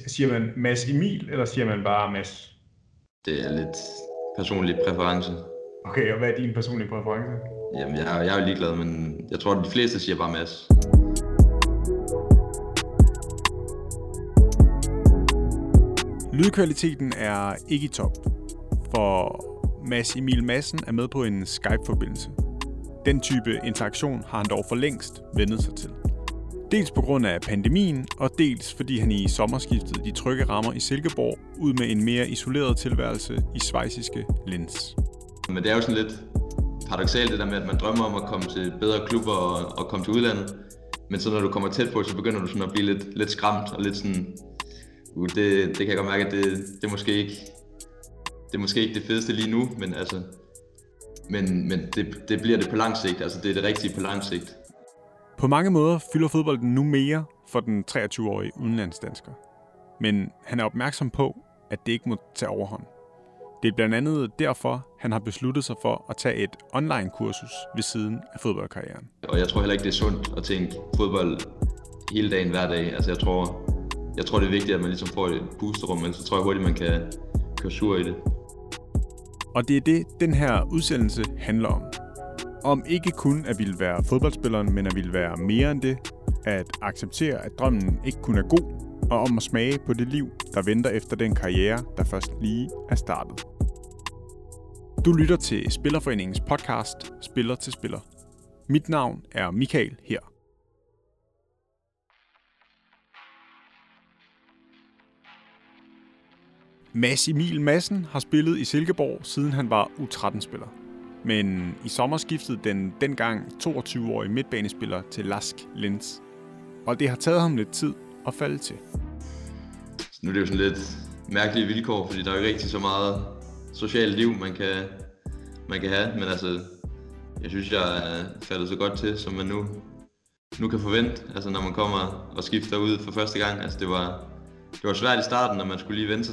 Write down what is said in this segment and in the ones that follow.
Siger man Mads Emil, eller siger man bare Mads? Det er lidt personlig præference. Okay, og hvad er din personlige præference? Jamen, jeg er jo ligeglad, men jeg tror, at de fleste siger bare Mads. Lydkvaliteten er ikke i top, for Mads Emil Madsen er med på en Skype-forbindelse. Den type interaktion har han dog for længst vendet sig til. Dels på grund af pandemien, og dels fordi han i sommer skiftede de trygge rammer i Silkeborg ud med en mere isoleret tilværelse i schweiziske Linz. Men det er jo sådan lidt paradoksalt det der med, at man drømmer om at komme til bedre klubber og komme til udlandet. Men så når du kommer tæt på, så begynder du sådan at blive lidt skræmt og lidt sådan... Det kan jeg godt mærke, at det er måske ikke det fedeste lige nu, men altså... Men det bliver det på lang sigt, altså det er det rigtige på lang sigt. På mange måder fylder fodbolden nu mere for den 23-årige udenlandsdansker. Men han er opmærksom på, at det ikke må tage overhånd. Det er blandt andet derfor, han har besluttet sig for at tage et online-kursus ved siden af fodboldkarrieren. Og jeg tror heller ikke, det er sundt at tænke fodbold hele dagen, hver dag. Altså jeg tror, det er vigtigt, at man ligesom får et pusterum, men så tror jeg hurtigt, man kan køre sur i det. Og det er det, den her udsendelse handler om. Om ikke kun at ville være fodboldspilleren, men at ville være mere end det. At acceptere, at drømmen ikke kun er god, og om at smage på det liv, der venter efter den karriere, der først lige er startet. Du lytter til Spillerforeningens podcast Spiller til Spiller. Mit navn er Michael her. Mads Emil Madsen har spillet i Silkeborg, siden han var U13-spiller. Men i sommer skiftede den dengang 22-årige midtbanespiller til LASK Linz. Og det har taget ham lidt tid at falde til. Nu er det jo sådan lidt mærkelige vilkår, fordi der er jo ikke rigtig så meget socialt liv, man kan have. Men altså, jeg synes, jeg er faldet så godt til, som man nu kan forvente. Altså når man kommer og skifter ud for første gang. Altså det var svært i starten, når man skulle lige vende sig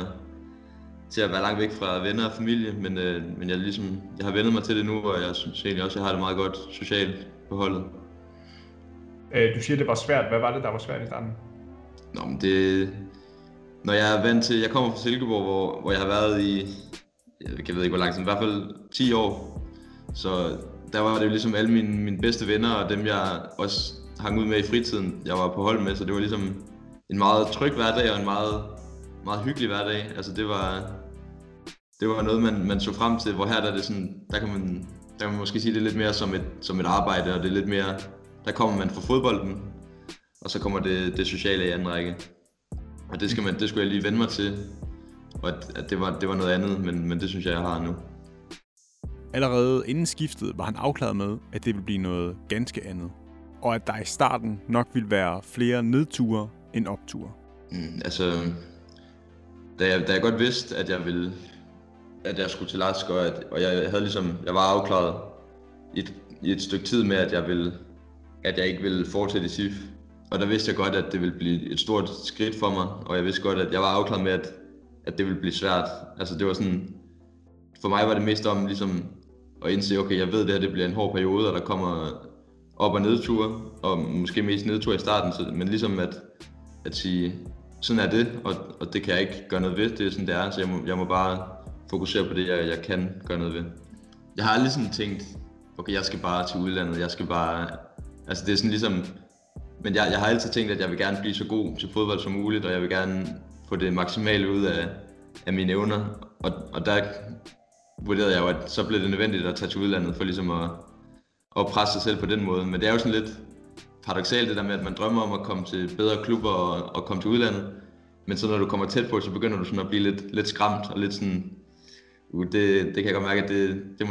til at være langt væk fra venner og familie, men jeg har vendet mig til det nu, og jeg synes egentlig også, at jeg har det meget godt socialt på holdet. Du siger, det var svært. Hvad var det, der var svært i starten? Nå, men når jeg er vant til... Jeg kommer fra Silkeborg, hvor jeg har været i... Jeg ved ikke, hvor lang tid, i hvert fald 10 år. Så der var det jo ligesom alle mine bedste venner, og dem jeg også hang ud med i fritiden, jeg var på hold med, så det var ligesom en meget tryg hverdag og en meget, meget hyggelig hverdag. Altså det var noget, man så frem til, hvor her der er det sådan, der kan man måske sige det lidt mere som et arbejde, og det er lidt mere, der kommer man fra fodbolden, og så kommer det sociale i anden række. Og det skulle jeg lige vende mig til, og at det var noget andet, men det synes jeg har nu. Allerede inden skiftet var han afklaret med, at det ville blive noget ganske andet, og at der i starten nok ville være flere nedture end opture. Altså, da jeg godt vidste, at jeg skulle til LASK, og jeg var afklaret i et stykke tid med, at jeg ikke ville fortsætte i SIF. Og der vidste jeg godt, at det ville blive et stort skridt for mig, og jeg vidste godt, at jeg var afklaret med, at det ville blive svært. Altså det var sådan, for mig var det mest om ligesom at indse, okay, jeg ved det her, det bliver en hård periode, og der kommer op- og nedture, og måske mest nedture i starten, men ligesom at sige, sådan er det, og det kan jeg ikke gøre noget ved, det er sådan det er, så jeg må bare fokusere på det, jeg kan gøre noget ved. Jeg har aldrig sådan tænkt, okay, jeg skal bare til udlandet, altså det er sådan ligesom, men jeg har altid tænkt, at jeg vil gerne blive så god til fodbold som muligt, og jeg vil gerne få det maksimale ud af mine evner, og der vurderede jeg jo, at så blev det nødvendigt at tage til udlandet for ligesom at presse sig selv på den måde, men det er jo sådan lidt paradoksalt det der med, at man drømmer om at komme til bedre klubber og komme til udlandet, men så når du kommer tæt på, så begynder du sådan at blive lidt skræmt og lidt sådan, det kan jeg godt mærke, at det er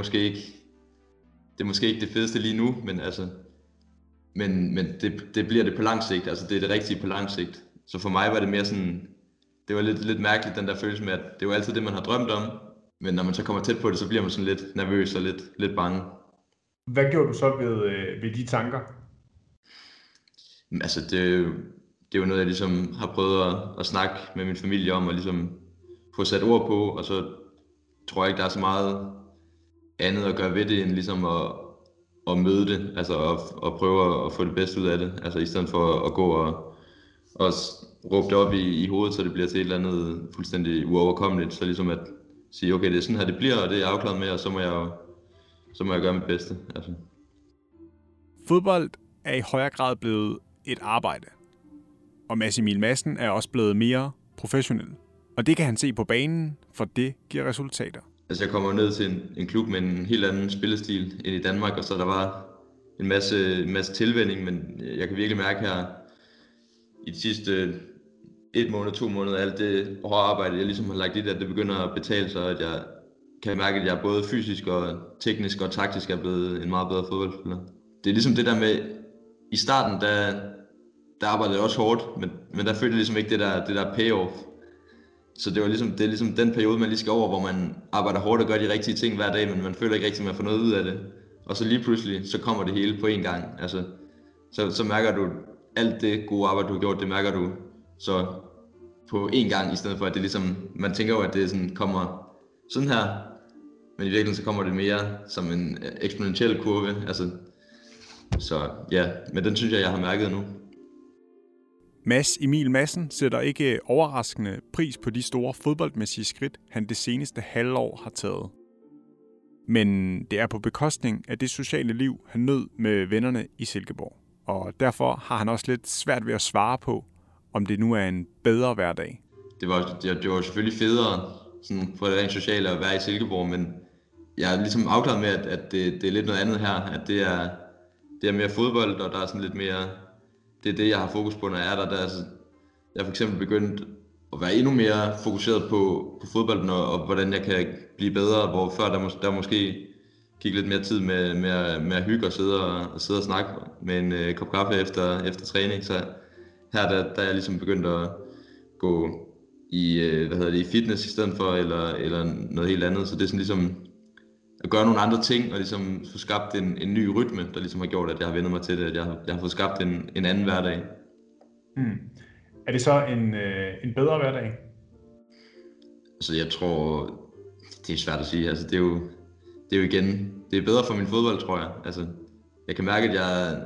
måske ikke det fedeste lige nu, men altså, men det bliver det på lang sigt, altså det er det rigtige på lang sigt. Så for mig var det mere sådan, det var lidt mærkeligt den der følelse med, at det var altid det, man har drømt om, men når man så kommer tæt på det, så bliver man sådan lidt nervøs og lidt bange. Hvad gjorde du så ved de tanker? Altså det er jo noget, jeg ligesom har prøvet at snakke med min familie om, og ligesom få sat ord på, og så tror jeg ikke, der er så meget andet at gøre ved det, end ligesom at møde det, altså at prøve at få det bedste ud af det, altså i stedet for at gå og råbe det op i hovedet, så det bliver til et eller andet fuldstændig uoverkommeligt. Så ligesom at sige, okay, det er sådan her det bliver, og det er jeg afklaret med, og så må jeg gøre mit bedste. Altså. Fodbold er i højere grad blevet et arbejde. Og Mads Emil Madsen er også blevet mere professionel. Og det kan han se på banen, for det giver resultater. Altså jeg kommer ned til en klub med en helt anden spillestil end i Danmark, og så der var en masse tilvænning, men jeg kan virkelig mærke her i de sidste 1 måned, 2 måneder, alt det hårde arbejde, jeg ligesom har lagt i det, at det begynder at betale sig, at jeg kan mærke, at jeg både fysisk og teknisk og taktisk er blevet en meget bedre fodboldspiller. Det er ligesom det der med, i starten, der arbejdede jeg også hårdt, men der følte jeg ligesom ikke det der payoff. Så det er ligesom den periode, man lige skal over, hvor man arbejder hårdt og gør de rigtige ting hver dag, men man føler ikke rigtig, at man får noget ud af det. Og så lige pludselig, så kommer det hele på én gang. Altså, så mærker du, alt det gode arbejde, du har gjort, det mærker du så på én gang, i stedet for at det ligesom, man tænker jo, at det sådan kommer sådan her, men i virkeligheden så kommer det mere som en eksponentiel kurve. Altså, så ja, men den synes jeg har mærket nu. Mads Emil Madsen sætter ikke overraskende pris på de store fodboldmæssige skridt, han det seneste halvår har taget. Men det er på bekostning af det sociale liv, han nød med vennerne i Silkeborg. Og derfor har han også lidt svært ved at svare på, om det nu er en bedre hverdag. Det var selvfølgelig federe sådan for det rent sociale at være i Silkeborg, men jeg er ligesom afklaret med, at det er lidt noget andet her. At det er mere fodbold, og der er sådan lidt mere... Det er det, jeg har fokus på, når jeg er der. Jeg er for eksempel begyndt at være endnu mere fokuseret på fodbolden, og hvordan jeg kan blive bedre, hvor før der måske gik lidt mere tid med at hygge og sidde og snakke med en kop kaffe efter træning. Så her der er jeg ligesom begyndt at gå i fitness i stedet for, eller noget helt andet. Så det er sådan ligesom at gøre nogle andre ting, og ligesom få skabt en ny rytme, der ligesom har gjort, at jeg har vendt mig til det, at jeg har fået skabt en anden hverdag. Er det så en bedre hverdag? Altså jeg tror, det er svært at sige. Altså det er jo igen, det er bedre for min fodbold, tror jeg. Altså jeg kan mærke,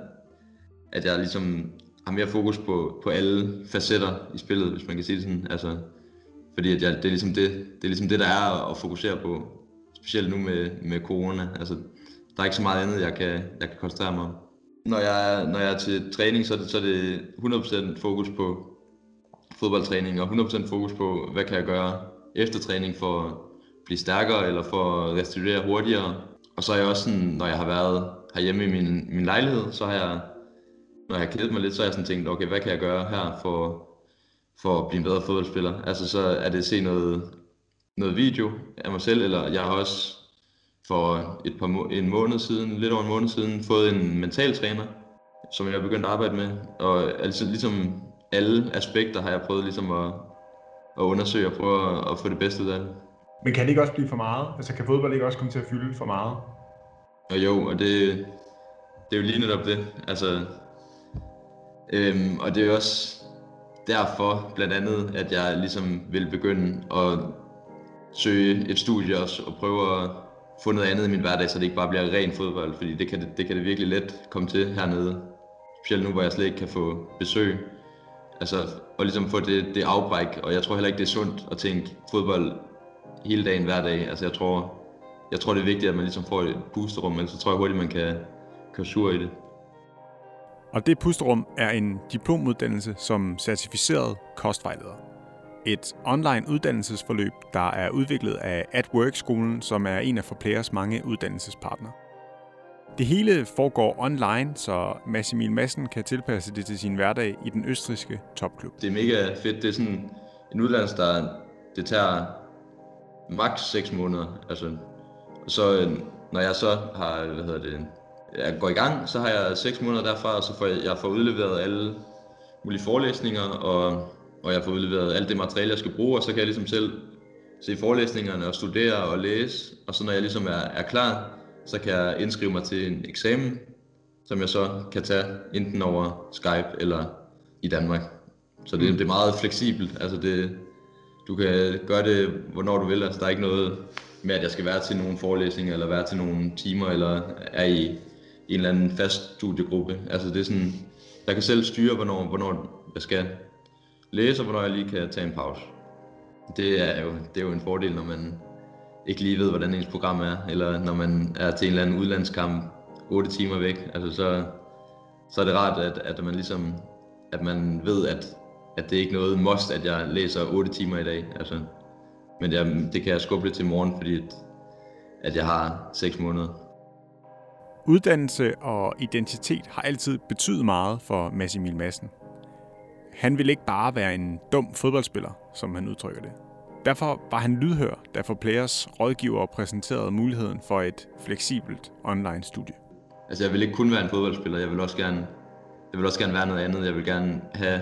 at jeg ligesom har mere fokus på alle facetter i spillet, hvis man kan sige det sådan. Altså fordi at det er ligesom det der er at fokusere på. Specielt nu med corona. Altså, der er ikke så meget andet, jeg kan koncentrere mig om. Når jeg er til træning, så er det 100% fokus på fodboldtræning, og 100% fokus på, hvad kan jeg gøre efter træning for at blive stærkere, eller for at restituere hurtigere. Og så er jeg også sådan, når jeg har været herhjemme i min lejlighed, så har jeg, når jeg har kedet mig lidt, så har jeg sådan tænkt, okay, hvad kan jeg gøre her for at blive en bedre fodboldspiller? Altså, så er det at se noget video af mig selv, eller jeg har også for lidt over en måned siden fået en mental træner, som jeg har begyndt at arbejde med, og altså ligesom alle aspekter har jeg prøvet ligesom at undersøge og prøve at få det bedste ud af det. Men kan det ikke også blive for meget? Altså kan fodbold ikke også komme til at fylde for meget? Og jo, og det er jo lige netop det. Altså, og det er jo også derfor blandt andet, at jeg ligesom vil begynde at søge et studie også, og prøve at få noget andet i min hverdag, så det ikke bare bliver ren fodbold, fordi det kan det virkelig let komme til hernede. Specielt nu, hvor jeg slet ikke kan få besøg. Altså, og ligesom få det afbræk, og jeg tror heller ikke, det er sundt at tænke fodbold hele dagen, hver dag. Altså, jeg tror, det er vigtigt, at man ligesom får et pusterum, ellers så tror jeg hurtigt, man kan køre sur i det. Og det pusterum er en diplomuddannelse som certificeret kostvejleder. Et online uddannelsesforløb, der er udviklet af AtWork-skolen, som er en af Forplayers mange uddannelsespartnere. Det hele foregår online, så Mads Emil Madsen kan tilpasse det til sin hverdag i den østrigske topklub. Det er mega fedt. Det er sådan en uddannelse, det tager maks 6 måneder. Altså, og så når jeg så har, jeg går i gang, så har jeg 6 måneder derfra, og så får jeg udleveret alle mulige forelæsninger, og jeg får udleveret alt det materiale, jeg skal bruge, og så kan jeg ligesom selv se forelæsningerne og studere og læse, og så når jeg ligesom er klar, så kan jeg indskrive mig til en eksamen, som jeg så kan tage enten over Skype eller i Danmark. Så det er meget fleksibelt. Altså du kan gøre det, hvornår du vil. Altså, der er ikke noget med, at jeg skal være til nogle forelæsninger, eller være til nogle timer, eller er i en eller anden fast studiegruppe. Altså det er sådan, jeg kan selv styre, hvornår jeg skal. læse, og hvornår jeg lige kan tage en pause. Det er jo en fordel, når man ikke lige ved, hvordan ens program er, eller når man er til en eller anden udlandskamp 8 timer væk. Altså så er det rart, at man ligesom, at man ved, at det ikke er noget must, at jeg læser 8 timer i dag. Altså, men det kan jeg skubbe lidt til morgen, fordi at jeg har 6 måneder. Uddannelse og identitet har altid betydet meget for Mads Emil Madsen. Han ville ikke bare være en dum fodboldspiller, som han udtrykker det. Derfor var han lydhør, da ForPlayers rådgiver præsenterede muligheden for et fleksibelt online-studie. Altså jeg vil ikke kun være en fodboldspiller, jeg vil også gerne være noget andet. Jeg vil gerne have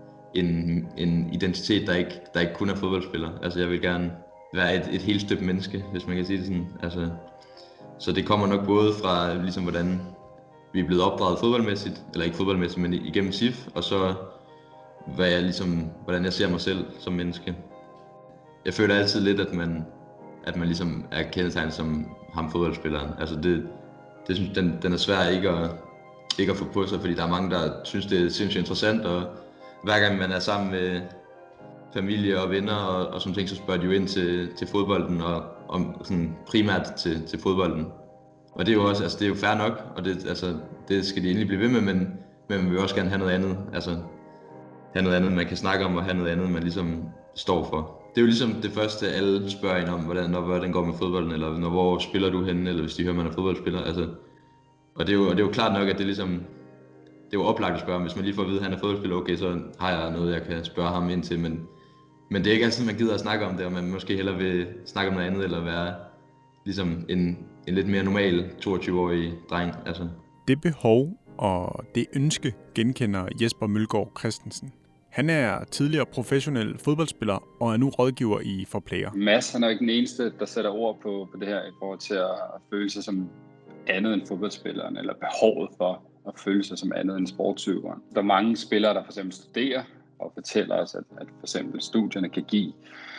en identitet, der ikke kun er fodboldspiller. Altså jeg vil gerne være et helt støbt menneske, hvis man kan sige det sådan. Altså, så det kommer nok både fra ligesom hvordan vi er blevet opdraget fodboldmæssigt, eller ikke fodboldmæssigt, men igennem SIF, og så hvordan jeg ser mig selv som menneske. Jeg føler altid lidt, at man ligesom er kendetegnet som ham fodboldspilleren. Altså det synes den er svær ikke at få på sig, fordi der er mange, der synes, det er sindssygt interessant, og hver gang man er sammen med familie og venner og sådan ting, så spørger de jo ind til fodbolden, og om sådan primært til fodbolden. Og det er jo også, altså det er jo fair nok, og det skal de endelig blive ved med, men man vil også gerne have noget andet, altså have noget andet, man kan snakke om, og have noget andet, man ligesom står for. Det er jo ligesom det første, alle spørger ind om, hvordan går med fodbolden, eller hvor spiller du henne, eller hvis de hører, man er fodboldspiller. Altså, og det er jo klart nok, at det er ligesom, det er jo oplagt at spørge, hvis man lige får at vide, at han er fodboldspiller, okay, så har jeg noget, jeg kan spørge ham ind til, men det er ikke altid, man gider at snakke om det, og man måske hellere vil snakke om noget andet, eller være ligesom en lidt mere normal 22-årig dreng. Altså. Det behov og det ønske genkender Jesper Mølgaard Christensen. Han er tidligere professionel fodboldspiller og er nu rådgiver i ForPlayer. Mads, han er ikke den eneste, der sætter ord på det her i forhold til at føle sig som andet end fodboldspilleren, eller behovet for at føle sig som andet end sportsudøveren. Der er mange spillere, der for eksempel studerer og fortæller os, at for eksempel studierne kan give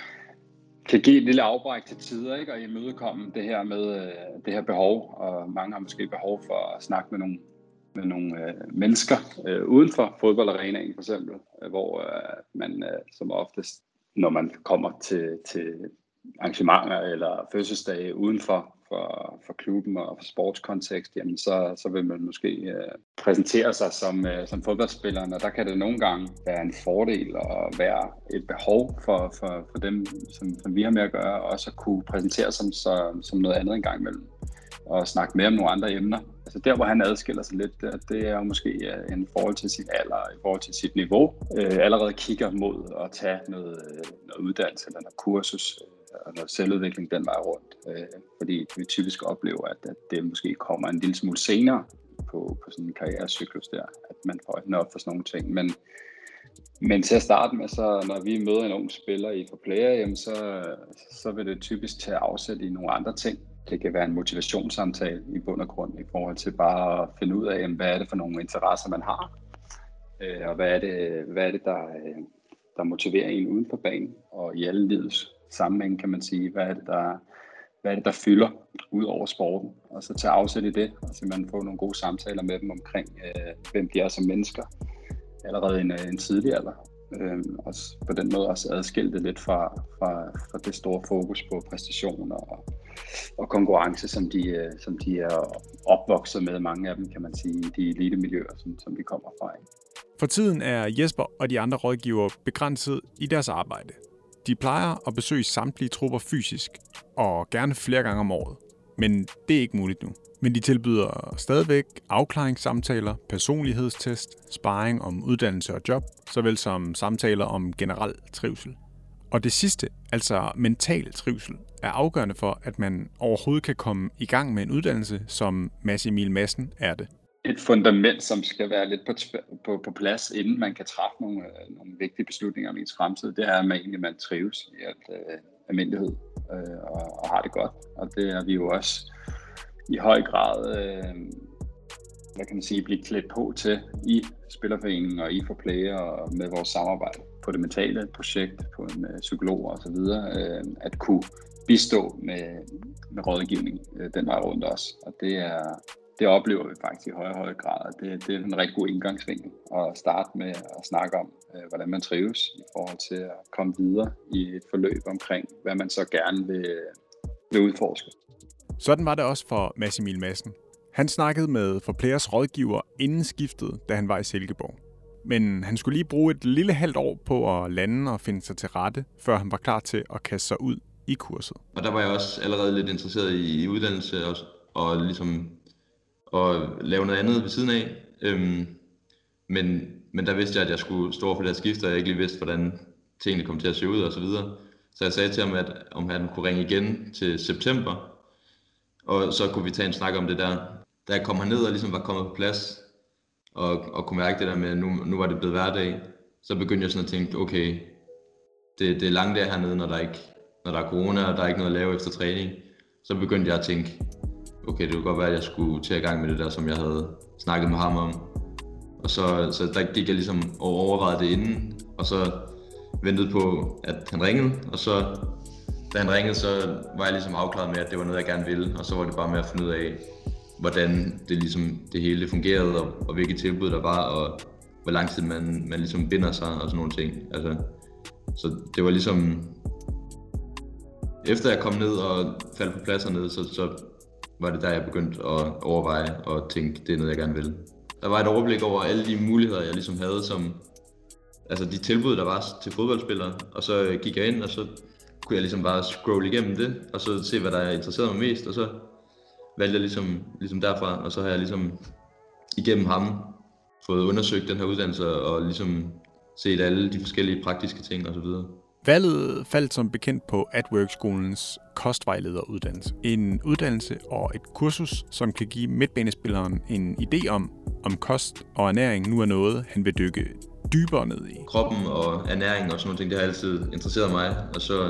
et lille afbræk til tider, ikke? Og imødekomme det her med det her behov, og mange har måske behov for at snakke med nogle mennesker uden for fodboldarenaen for eksempel, hvor man som oftest, når man kommer til arrangementer eller fødselsdage uden for klubben og for sportskontekst, jamen så vil man måske præsentere sig som fodboldspilleren, og der kan det nogle gange være en fordel og være et behov for dem, som vi har med at gøre, også at kunne præsentere sig som noget andet en gang imellem, og snakke mere om nogle andre emner. Altså der, hvor han adskiller sig lidt, det er jo måske en forhold til sin alder, i forhold til sit niveau, allerede kigger mod at tage noget uddannelse eller noget kursus, og noget selvudvikling den vej rundt. Fordi vi typisk oplever, at det måske kommer en lille smule senere på sådan en karrierecyklus der, at man får øjnene op for sådan nogle ting. Men til at starte med, så når vi møder en ung spiller i ForPlayer, jamen, så vil det typisk tage afsæt i nogle andre ting. Det kan være en motivationssamtale i bund og grund i forhold til bare at finde ud af, hvad er det for nogle interesser, man har, og hvad er det der motiverer en uden for banen, og i alle livets sammenhæng kan man sige, hvad er det, der fylder ud over sporten, og så tage afsæt i det, og simpelthen få nogle gode samtaler med dem omkring, hvem de er som mennesker, allerede en tidlig alder. Og på den måde også adskille det lidt fra det store fokus på præstation og konkurrence, som de er opvokset med, mange af dem, kan man sige, i de elitemiljøer, som de kommer fra. For tiden er Jesper og de andre rådgivere begrænset i deres arbejde. De plejer at besøge samtlige trupper fysisk, og gerne flere gange om året. Men det er ikke muligt nu. Men de tilbyder stadigvæk afklaringssamtaler, personlighedstest, sparring om uddannelse og job, såvel som samtaler om generel trivsel. Og det sidste, altså mental trivsel, er afgørende for, at man overhovedet kan komme i gang med en uddannelse, som Mads Emil Madsen er det. Et fundament, som skal være lidt på plads, inden man kan træffe nogle vigtige beslutninger om ens fremtid, det er, at man trives i almindelighed og har det godt. Og det er vi jo også i høj grad blive klædt på til i Spillerforeningen og i ForPlayer og med vores samarbejde på det mentale projekt, på en psykolog og så videre, at kunne bistå med rådgivning den vej rundt også. Og det det oplever vi faktisk i højere grad. Det er en rigtig god indgangsvinkel at starte med at snakke om, hvordan man trives i forhold til at komme videre i et forløb omkring, hvad man så gerne vil udforske. Sådan var det også for Mads Emil Madsen. Han snakkede med Forplayers rådgiver inden skiftet, da han var i Silkeborg. Men han skulle lige bruge et lille halvt år på at lande og finde sig til rette, før han var klar til at kaste sig ud i kurset. Og der var jeg også allerede lidt interesseret i uddannelse og ligesom at lave noget andet ved siden af. Men der vidste jeg, at jeg skulle stå for det her skift, og jeg ikke lige vidste, hvordan tingene kom til at se ud og så videre. Så jeg sagde til ham, at om han kunne ringe igen til september, og så kunne vi tage en snak om det der. Da jeg kom herned og ligesom var kommet på plads, og kunne mærke det der med, at nu var det blevet hverdag, så begyndte jeg sådan at tænke, okay, det er langt der hernede, når der er corona, og der er ikke noget at lave efter træning. Så begyndte jeg at tænke, okay, det kunne godt være, at jeg skulle til at gang med det der, som jeg havde snakket med ham om. Og så der gik jeg ligesom og overvejede det inden, og så ventede på, at han ringede. Og så, da han ringede, så var jeg ligesom afklaret med, at det var noget, jeg gerne ville. Og så var det bare med at finde ud af, hvordan det hele fungerede, og hvilke tilbud der var, og hvor lang tid man ligesom binder sig, og sådan nogle ting. Altså, så det var ligesom, efter jeg kom ned og faldt på plads hernede, så var det der, jeg begyndte at overveje og tænke, det er noget, jeg gerne vil. Der var et overblik over alle de muligheder, jeg ligesom havde, altså de tilbud, der var til fodboldspillere, og så gik jeg ind, og så kunne jeg ligesom bare scrolle igennem det, og så se, hvad der interesserede mig mest, og så valgte jeg ligesom derfra, og så har jeg ligesom igennem ham fået undersøgt den her uddannelse, og ligesom set alle de forskellige praktiske ting og så videre. Valget faldt som bekendt på AtWork-skolens kostvejlederuddannelse. En uddannelse og et kursus, som kan give midtbanespilleren en idé om kost og ernæring nu er noget, han vil dykke dybere ned i. Kroppen og ernæring og sådan nogle ting, det har altid interesseret mig, og så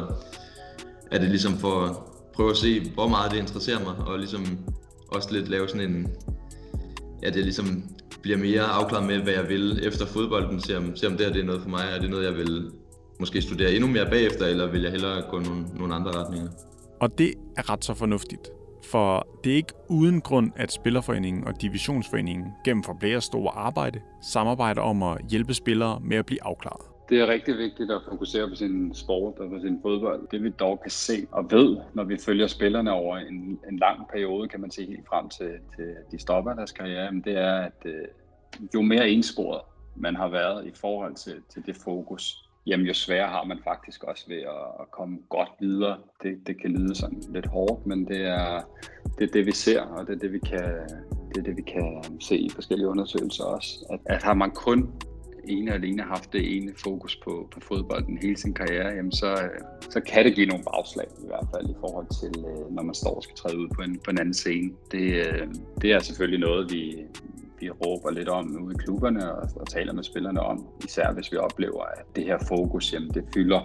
er det ligesom for at prøve at se, hvor meget det interesserer mig, og ligesom også lidt lave sådan en, det ligesom bliver mere afklaret med, hvad jeg vil efter fodbolden, se om det er noget for mig, er det noget, jeg vil måske studere endnu mere bagefter, eller vil jeg hellere gå nogle andre retninger? Og det er ret så fornuftigt, for det er ikke uden grund, at Spillerforeningen og Divisionsforeningen gennem Forplayers store arbejde samarbejder om at hjælpe spillere med at blive afklaret. Det er rigtig vigtigt at fokusere på sin sport og på sin fodbold. Det vi dog kan se og ved, når vi følger spillerne over en lang periode, kan man se helt frem til de stopper deres karriere, det er, at jo mere ensporet man har været i forhold til det fokus, jamen jo sværere har man faktisk også ved at komme godt videre. Det kan lyde sådan lidt hårdt, men det er det vi ser, og det er det vi kan se i forskellige undersøgelser også. At har man kun alene haft det ene fokus på fodbolden hele sin karriere, jamen så kan det give nogle bagslag i hvert fald i forhold til, når man står og skal træde ud på en anden scene. Det er selvfølgelig noget, vi råber lidt om ude i klubberne og taler med spillerne om, især hvis vi oplever, at det her fokus, jamen det fylder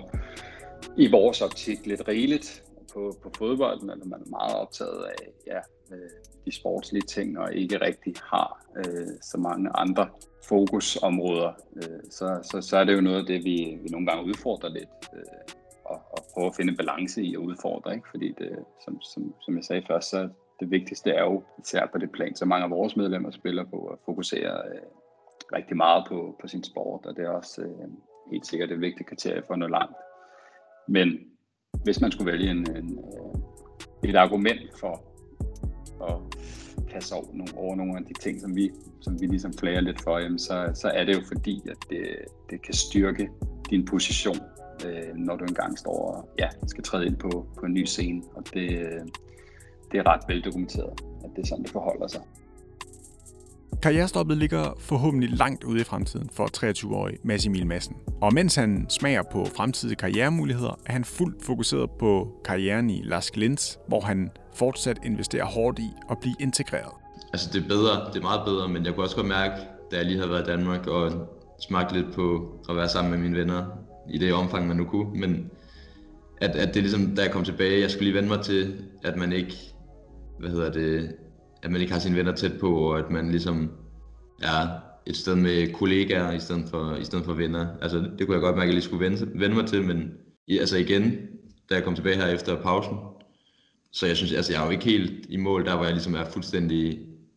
i vores optik lidt rigeligt på fodbolden, eller man er meget optaget af de sportslige ting, og ikke rigtig har så mange andre fokusområder, så er det jo noget af det, vi nogle gange udfordrer lidt, og prøver at finde balance i at udfordre, ikke? Fordi det, som jeg sagde først, så det vigtigste er jo, især på det plan, så mange af vores medlemmer spiller på at fokusere rigtig meget på sin sport, og det er også helt sikkert et vigtigt kriterie for at nå langt. Men hvis man skulle vælge et argument for at kaste over nogle af de ting, som vi ligesom flager lidt for, jamen, så er det jo fordi, at det kan styrke din position, når du engang står og skal træde ind på en ny scene, og det er ret veldokumenteret, at det er sådan, det forholder sig. Karrierestoppet ligger forhåbentlig langt ude i fremtiden for 23-årig Mads Emil Madsen. Og mens han smager på fremtidige karrieremuligheder, er han fuldt fokuseret på karrieren i Lars Linz, hvor han fortsat investerer hårdt i at blive integreret. Altså det er bedre, det er meget bedre, men jeg kunne også godt mærke, da jeg lige havde været i Danmark og smagt lidt på at være sammen med mine venner i det omfang, man nu kunne, men at det ligesom, da jeg kom tilbage, jeg skulle lige vende mig til, at man ikke, at man ikke har sine venner tæt på, og at man ligesom er et sted med kollegaer i stedet for venner. Altså det kunne jeg godt mærke, at jeg lige skulle vende mig til, men altså igen, da jeg kom tilbage her efter pausen, så jeg synes, altså jeg er jo ikke helt i mål, der hvor jeg ligesom er fuldstændig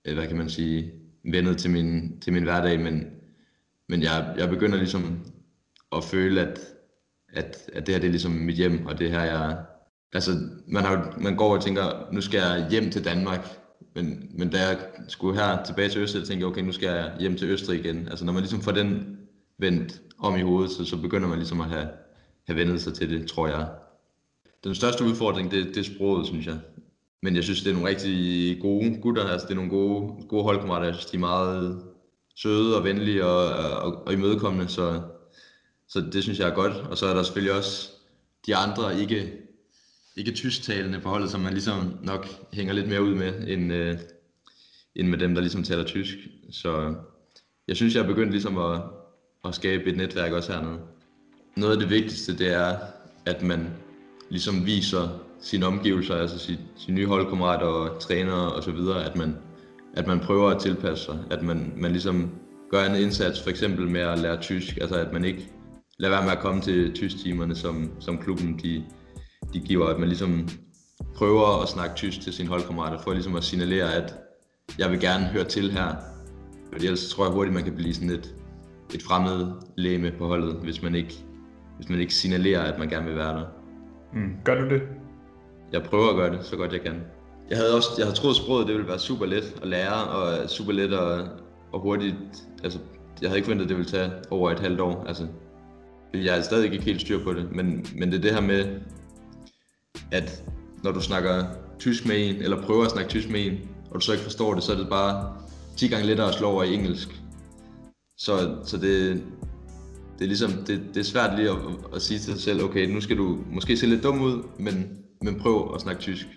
hvad kan man sige, vendet til min hverdag, men jeg begynder ligesom at føle, at det her det er ligesom mit hjem, og det her altså man går og tænker, nu skal jeg hjem til Danmark, men da jeg skulle her tilbage til Østrig, tænkte jeg, okay, nu skal jeg hjem til Østrig igen. Altså når man ligesom får den vendt om i hovedet, så begynder man ligesom at have vendet sig til det, tror jeg. Den største udfordring, det er sproget, synes jeg. Men jeg synes, det er nogle rigtig gode gutter, altså det er nogle gode holdkammerater. Jeg synes, de er meget søde og venlige og imødekommende, så det synes jeg er godt. Og så er der selvfølgelig også de andre ikke tysktalende på holdet, som man ligesom nok hænger lidt mere ud med, end med dem, der ligesom taler tysk. Så jeg synes, jeg er begyndt ligesom at skabe et netværk også hernede. Noget af det vigtigste, det er, at man ligesom viser sine omgivelser, altså sine nye holdkammerater og trænere og så videre, at man prøver at tilpasse sig, at man ligesom gør en indsats, for eksempel med at lære tysk, altså at man ikke lader være med at komme til tysktimerne, som klubben de giver, at man ligesom prøver at snakke tysk til sine holdkammerater, for ligesom at signalere, at jeg vil gerne høre til her, fordi ellers tror jeg hurtigt, man kan blive sådan et fremmed legeme på holdet, hvis man ikke signalerer, at man gerne vil være der. Gør du det? Jeg prøver at gøre det så godt jeg kan. Jeg havde troet, sproget det ville være super let at lære, og super let og hurtigt. Altså, jeg havde ikke forventet, at det ville tage over et halvt år. Altså, jeg er stadig ikke helt styr på det, men det er det her med, at når du snakker tysk med en, eller prøver at snakke tysk med en, og du så ikke forstår det, så er det bare 10 gange lettere at slå over i engelsk. Så det er ligesom, det er svært lige at sige til sig selv, okay, nu skal du måske se lidt dum ud, men prøv at snakke tysk.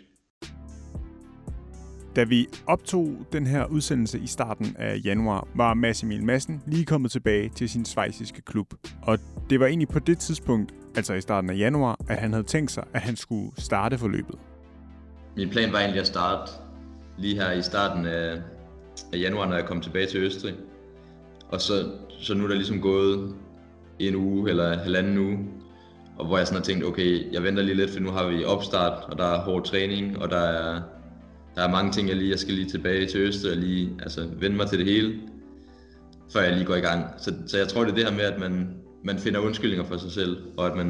Da vi optog den her udsendelse i starten af januar, var Mads Emil Madsen lige kommet tilbage til sin schweiziske klub. Og det var egentlig på det tidspunkt, altså i starten af januar, at han havde tænkt sig, at han skulle starte forløbet. Min plan var egentlig at starte lige her i starten af januar, når jeg kom tilbage til Østrig. Og så nu er der ligesom gået en uge eller halvanden uge, og hvor jeg sådan har tænkt, okay, jeg venter lige lidt, for nu har vi opstart, og der er hård træning, og der er mange ting, jeg skal lige tilbage til Østrig og lige vende mig til det hele, før jeg lige går i gang. Så jeg tror, det er det her med, at man finder undskyldninger for sig selv, og at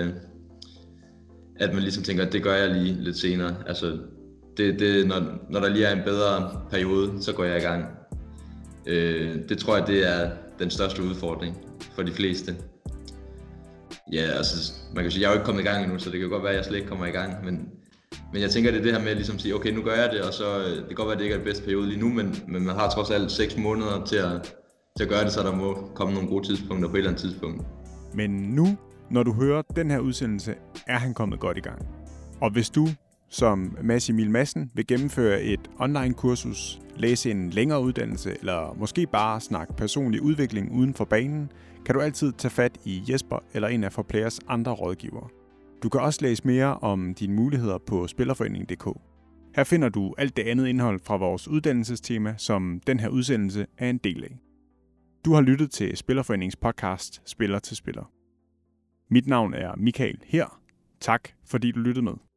man ligesom tænker, at det gør jeg lige lidt senere. Altså, når der lige er en bedre periode, så går jeg i gang. Det tror jeg, det er den største udfordring for de fleste. Ja, altså, man kan sige, jeg er jo ikke kommet i gang endnu, så det kan godt være, at jeg slet ikke kommer i gang, men jeg tænker, det er det her med at ligesom sige, okay, nu gør jeg det, og så det kan godt være, at det ikke er den bedste periode lige nu, men man har trods alt 6 måneder til at gøre det, så der må komme nogle gode tidspunkter på et eller andet tidspunkt. Men nu, når du hører den her udsendelse, er han kommet godt i gang. Og hvis du, som Mads Emil Madsen, vil gennemføre et online-kursus, læse en længere uddannelse, eller måske bare snakke personlig udvikling uden for banen, kan du altid tage fat i Jesper eller en af Forplayers andre rådgivere. Du kan også læse mere om dine muligheder på spillerforeningen.dk. Her finder du alt det andet indhold fra vores uddannelsestema, som den her udsendelse er en del af. Du har lyttet til Spillerforeningens podcast Spiller til Spiller. Mit navn er Michael her. Tak fordi du lyttede med.